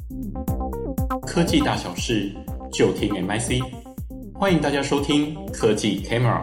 科技大小事，就听 MIC。欢迎大家收听科技 Camera。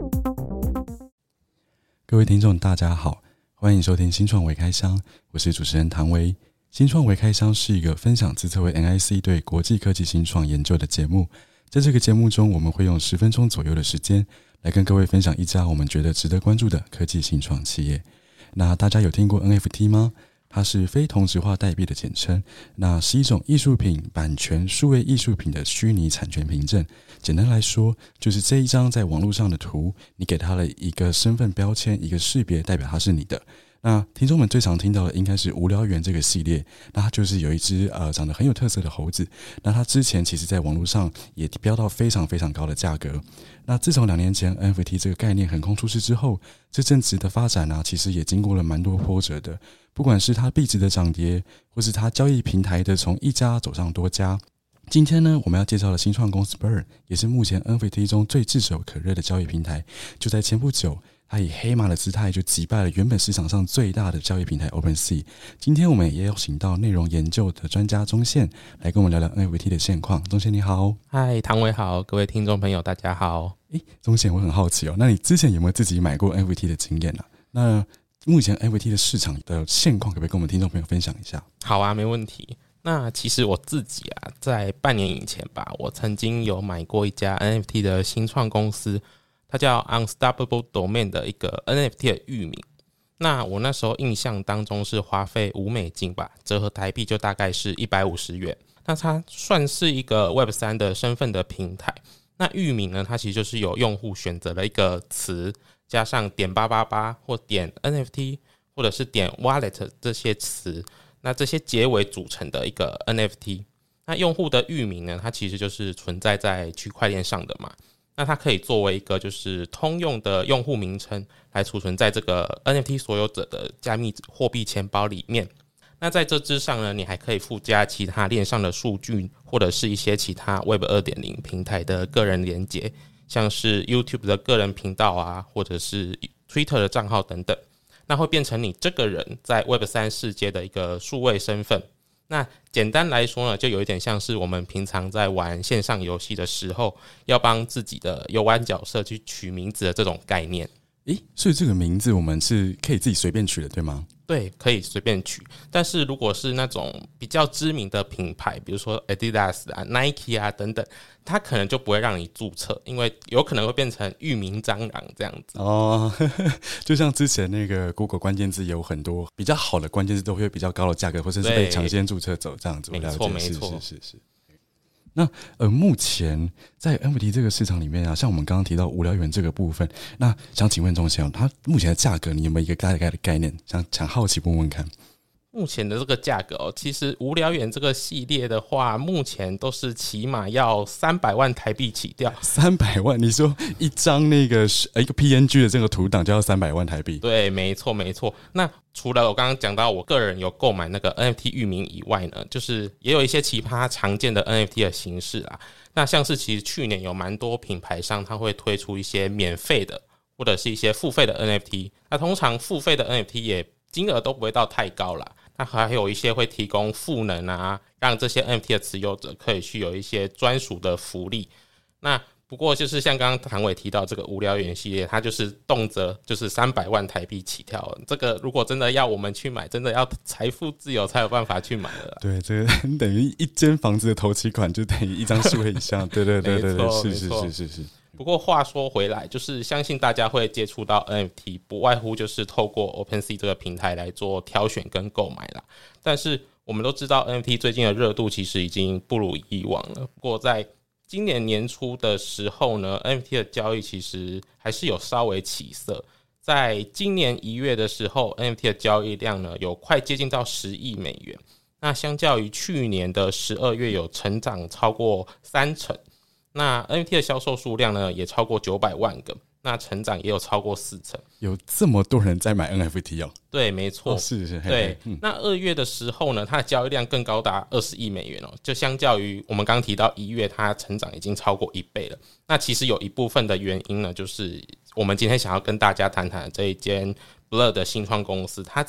各位听众大家好，欢迎收听新创微开箱，我是主持人唐维。新创微开箱是一个分享自测为 NIC 对国际科技新创研究的节目。在这个节目中，我们会用10分钟左右的时间来跟各位分享一家我们觉得值得关注的科技新创企业。那大家有听过 NFT 吗？它是非同质化代币的简称，那是一种艺术品版权数位艺术品的虚拟产权凭证。简单来说，就是这一张在网络上的图，你给它了一个身份标签，一个识别，代表它是你的。那听众们最常听到的应该是无聊猿这个系列，那它就是有一只长得很有特色的猴子，那它之前其实在网络上也飙到非常非常高的价格。那自从2年前 NFT 这个概念横空出世之后，这阵子的发展其实也经过了蛮多波折的，不管是它币值的涨跌，或是它交易平台的从一家走上多家。今天呢，我们要介绍的新创公司 Burn 也是目前 NFT 中最炙手可热的交易平台。就在前不久，它以黑马的姿态就击败了原本市场上最大的交易平台 OpenSea。今天我们也邀请到内容研究的专家钟宪来跟我们聊聊 NFT 的现况。钟宪你好。 嗨，唐维好，各位听众朋友大家好。 钟宪，我很好奇那你之前有没有自己买过 NFT 的经验啊？那目前 NFT 的市场的现况可不可以跟我们听众朋友分享一下？ 好啊，没问题。那其实我自己在半年以前吧，我曾经有买过一家 NFT 的新创公司，它叫 Unstoppable Domain 的一个 NFT 的域名。那我那时候印象当中是花费$5吧，折合台币就大概是150元。那它算是一个 Web3 的身份的平台。那域名呢，它其实就是有用户选择了一个词，加上.888或.NFT 或者是.wallet 这些词，那这些结尾组成的一个 NFT。 那用户的域名呢，它其实就是存在在区块链上的嘛，那它可以作为一个就是通用的用户名称来储存在这个 NFT 所有者的加密货币钱包里面。那在这之上呢，你还可以附加其他链上的数据，或者是一些其他 Web 2.0 平台的个人连结，像是 YouTube 的个人频道或者是 Twitter 的账号等等。那会变成你这个人在 Web3 世界的一个数位身份。那简单来说呢，就有一点像是我们平常在玩线上游戏的时候，要帮自己的游玩角色去取名字的这种概念。 所以这个名字我们是可以自己随便取的，对吗？ 对，可以随便取。但是如果是那种比较知名的品牌，比如说 Adidas Nike 等等，它可能就不会让你注册，因为有可能会变成域名蟑螂这样子。 就像之前那个 Google 关键字有很多比较好的关键字都会比较高的价格，或者是被抢先注册走这样子。 没错没错， 是。那目前在 NFT 这个市场里面像我们刚刚提到无聊猿这个部分，那想请问钟宪，它目前的价格你有没有一个大概的概念？想好奇问问看。 目前的这个价格其实无聊猿这个系列的话，目前都是起码要300万台币起跳。 300万？你说一张那个一个 PNG 的这个图档就要300万台币？ 对，没错。那除了我刚刚讲到我个人有购买那个 NFT 域名以外呢，就是也有一些其他常见的 NFT 的形式那像是其实去年有蛮多品牌商它会推出一些免费的或者是一些付费的 NFT。那通常付费的 NFT 也金额都不会到太高啦。那还有一些会提供赋能让这些 NFT 的持有者可以去有一些专属的福利。那不过就是像刚刚唐伟提到这个无聊猿系列，它就是动辄就是300万台币起跳。这个如果真的要我们去买，真的要财富自由才有办法去买了。 对，这个等于一间房子的头期款就等于一张数位以上。对，是。 不过话说回来，就是相信大家会接触到 NFT， 不外乎就是透过 OpenSea 这个平台来做挑选跟购买啦。但是我们都知道 NFT 最近的热度其实已经不如以往了。不过在今年年初的时候呢， NFT 的交易其实还是有稍微起色。在今年1月的时候， NFT 的交易量呢有快接近到$10亿。那相较于去年的12月有成长超过30%。那 NFT 的销售数量呢也超过900万个，那成长也有超过40%。 有这么多人在买 NFT 对，没错。 是。 对，那2月的时候呢，它的交易量更高达$20亿就相较于我们刚提到1月，它成长已经超过1倍了。那其实有一部分的原因呢，就是我们今天想要跟大家谈谈的这一间 Blur 的新创公司，它在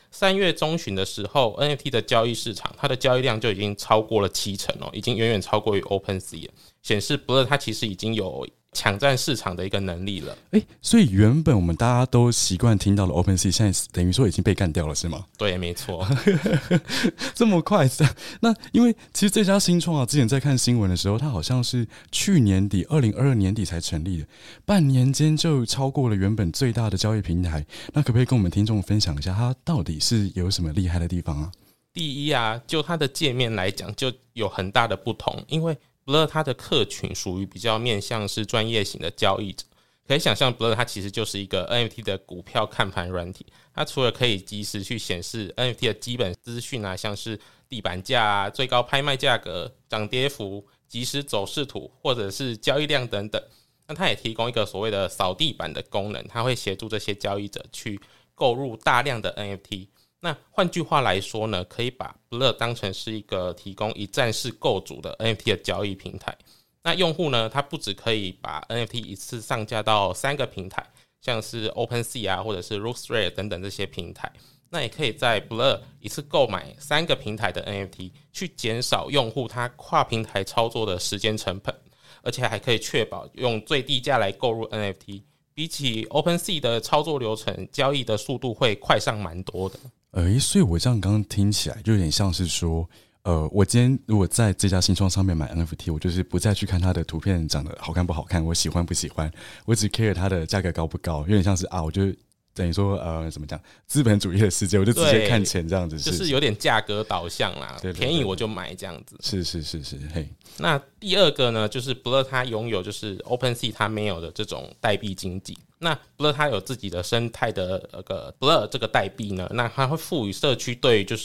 3月中旬的时候 NFT 的交易市场它的交易量就已经超过了70%已经远远超过于 OpenSea 了，显示 Blur 它其实已经有抢占市场的一个能力了。 所以原本我们大家都习惯听到的 OpenSea 现在等于说已经被干掉了是吗？ 对，没错。 这么快？那因为其实这家新创之前在看新闻的时候，它好像是去年底2022年底才成立的，半年间就超过了原本最大的交易平台。那可不可以跟我们听众分享一下，它到底是有什么厉害的地方啊？ 第一啊，就它的界面来讲就有很大的不同，因为Blur 它的客群属于比较面向是专业型的交易者，可以想象 Blur 它其实就是一个 NFT 的股票看盘软体，它除了可以及时去显示 NFT 的基本资讯啊，像是地板价啊、最高拍卖价格、涨跌幅、即时走势图或者是交易量等等，那它也提供一个所谓的扫地板的功能，它会协助这些交易者去购入大量的 NFT。那换句话来说呢，可以把 Blur 当成是一个提供一站式购组的 NFT 的交易平台。那用户呢，他不只可以把 NFT 一次上架到3个平台，像是 OpenSea 啊，或者是 Rooktrade 等等这些平台，那也可以在 Blur 一次购买3个平台的 NFT， 去减少用户他跨平台操作的时间成本，而且还可以确保用最低价来购入 NFT。比起 OpenSea 的操作流程，交易的速度会快上蛮多的。 所以我这样刚刚听起来就有点像是说，我今天如果在这家新创上面买 NFT， 我就是不再去看它的图片长得好看不好看，我喜欢不喜欢，我只 care 它的价格高不高，有点像是我就等于说怎么讲，资本主义的世界，我就直接看钱这样子， 就是有点价格导向啦，对，便宜我就买这样子。 是，嘿。 那第二个呢，就是 Blur 它拥有就是 OpenSea 它没有的这种代币经济。那 Blur 它有自己的生态的Blur 这个代币呢，那它会赋予社区对就是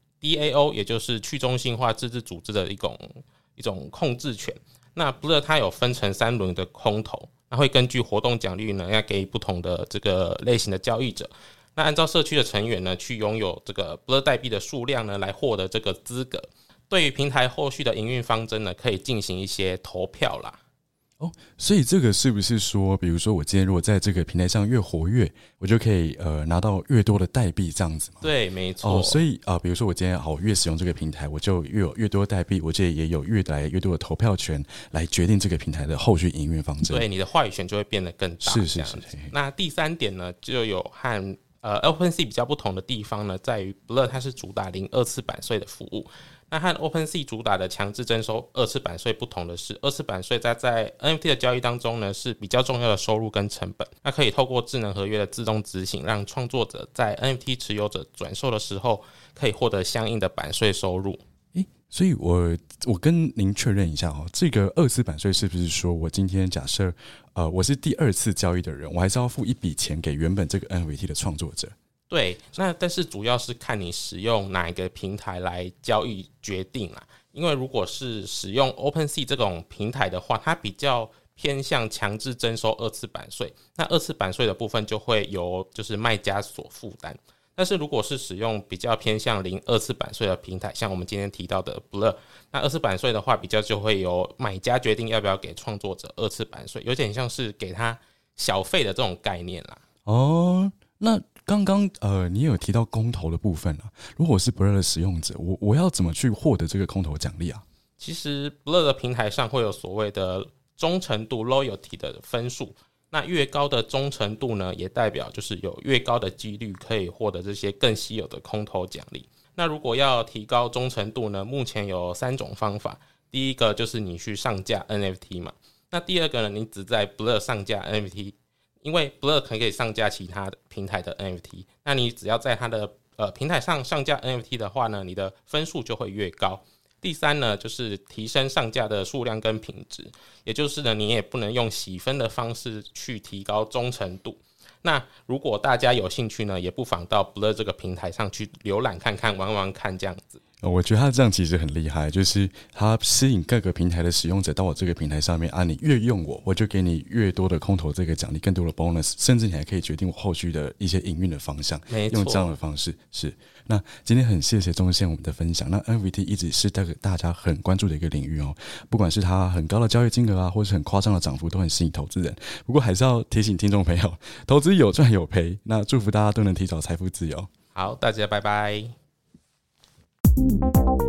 DAO 也就是去中心化自治组织的一种控制权。那 Blur 它有分成3轮的空投，那会根据活动奖励呢，要给不同的这个类型的交易者。那按照社区的成员呢，去拥有这个 Blur 代币的数量呢，来获得这个资格。对于平台后续的营运方针呢，可以进行一些投票啦。 所以这个是不是说，比如说我今天如果在这个平台上越活跃，我就可以拿到越多的代币这样子吗？ 对，没错。 所以比如说我今天越使用这个平台，我就越多代币，我这也有越来越多的投票权来决定这个平台的后续营运方针。 对，你的话语权就会变得更大。 是。 那第3点呢，就有和OpenSea 比较不同的地方呢，在于 Blur 它是主打零2次版税的服务。那和 OpenSea 主打的强制征收2次版税不同的是，2次版税在 NFT 的交易当中呢是比较重要的收入跟成本。那可以透过智能合约的自动执行，让创作者在 NFT 持有者转售的时候可以获得相应的版税收入。 所以我跟您确认一下这个2次版税是不是说我今天假设我是第2次交易的人，我还是要付一笔钱给原本这个 NFT 的创作者？ 对，那但是主要是看你使用哪一个平台来交易决定啦。因为如果是使用 OpenSea 这种平台的话，它比较偏向强制征收2次版税，那2次版税的部分就会由就是卖家所负担。但是如果是使用比较偏向零2次版税的平台，像我们今天提到的 Blur， 那2次版税的话，比较就会由买家决定要不要给创作者2次版税，有点像是给他小费的这种概念啦。 那刚刚你也有提到空投的部分啊，如果我是 Blur 的使用者，我要怎么去获得这个空投奖励啊？ 其实 Blur 的平台上会有所谓的忠诚度 loyalty 的分数，那越高的忠诚度呢，也代表就是有越高的几率可以获得这些更稀有的空投奖励。那如果要提高忠诚度呢，目前有3种方法。第一个就是你去上架 NFT 嘛，那第二个呢，你只在 Blur 上架 NFT， 因为 Blur 可以上架其他的平台的 NFT， 那你只要在它的平台上上架 NFT 的话呢，你的分数就会越高。第3呢，就是提升上架的数量跟品质，也就是呢，你也不能用洗分的方式去提高忠诚度。那如果大家有兴趣呢，也不妨到 Blur 这个平台上去浏览看看、玩玩看这样子。 我觉得他这样其实很厉害，就是他吸引各个平台的使用者到我这个平台上面啊，你越用我就给你越多的空投这个奖励，更多的 bonus， 甚至你还可以决定我后续的一些营运的方向。 没错， 用这样的方式是。那今天很谢谢宗宪我们的分享。那 NFT 一直是大家很关注的一个领域不管是它很高的交易金额啊，或是很夸张的涨幅，都很吸引投资人。不过还是要提醒听众朋友，投资有赚有赔。那祝福大家都能提早财富自由。 好，大家拜拜。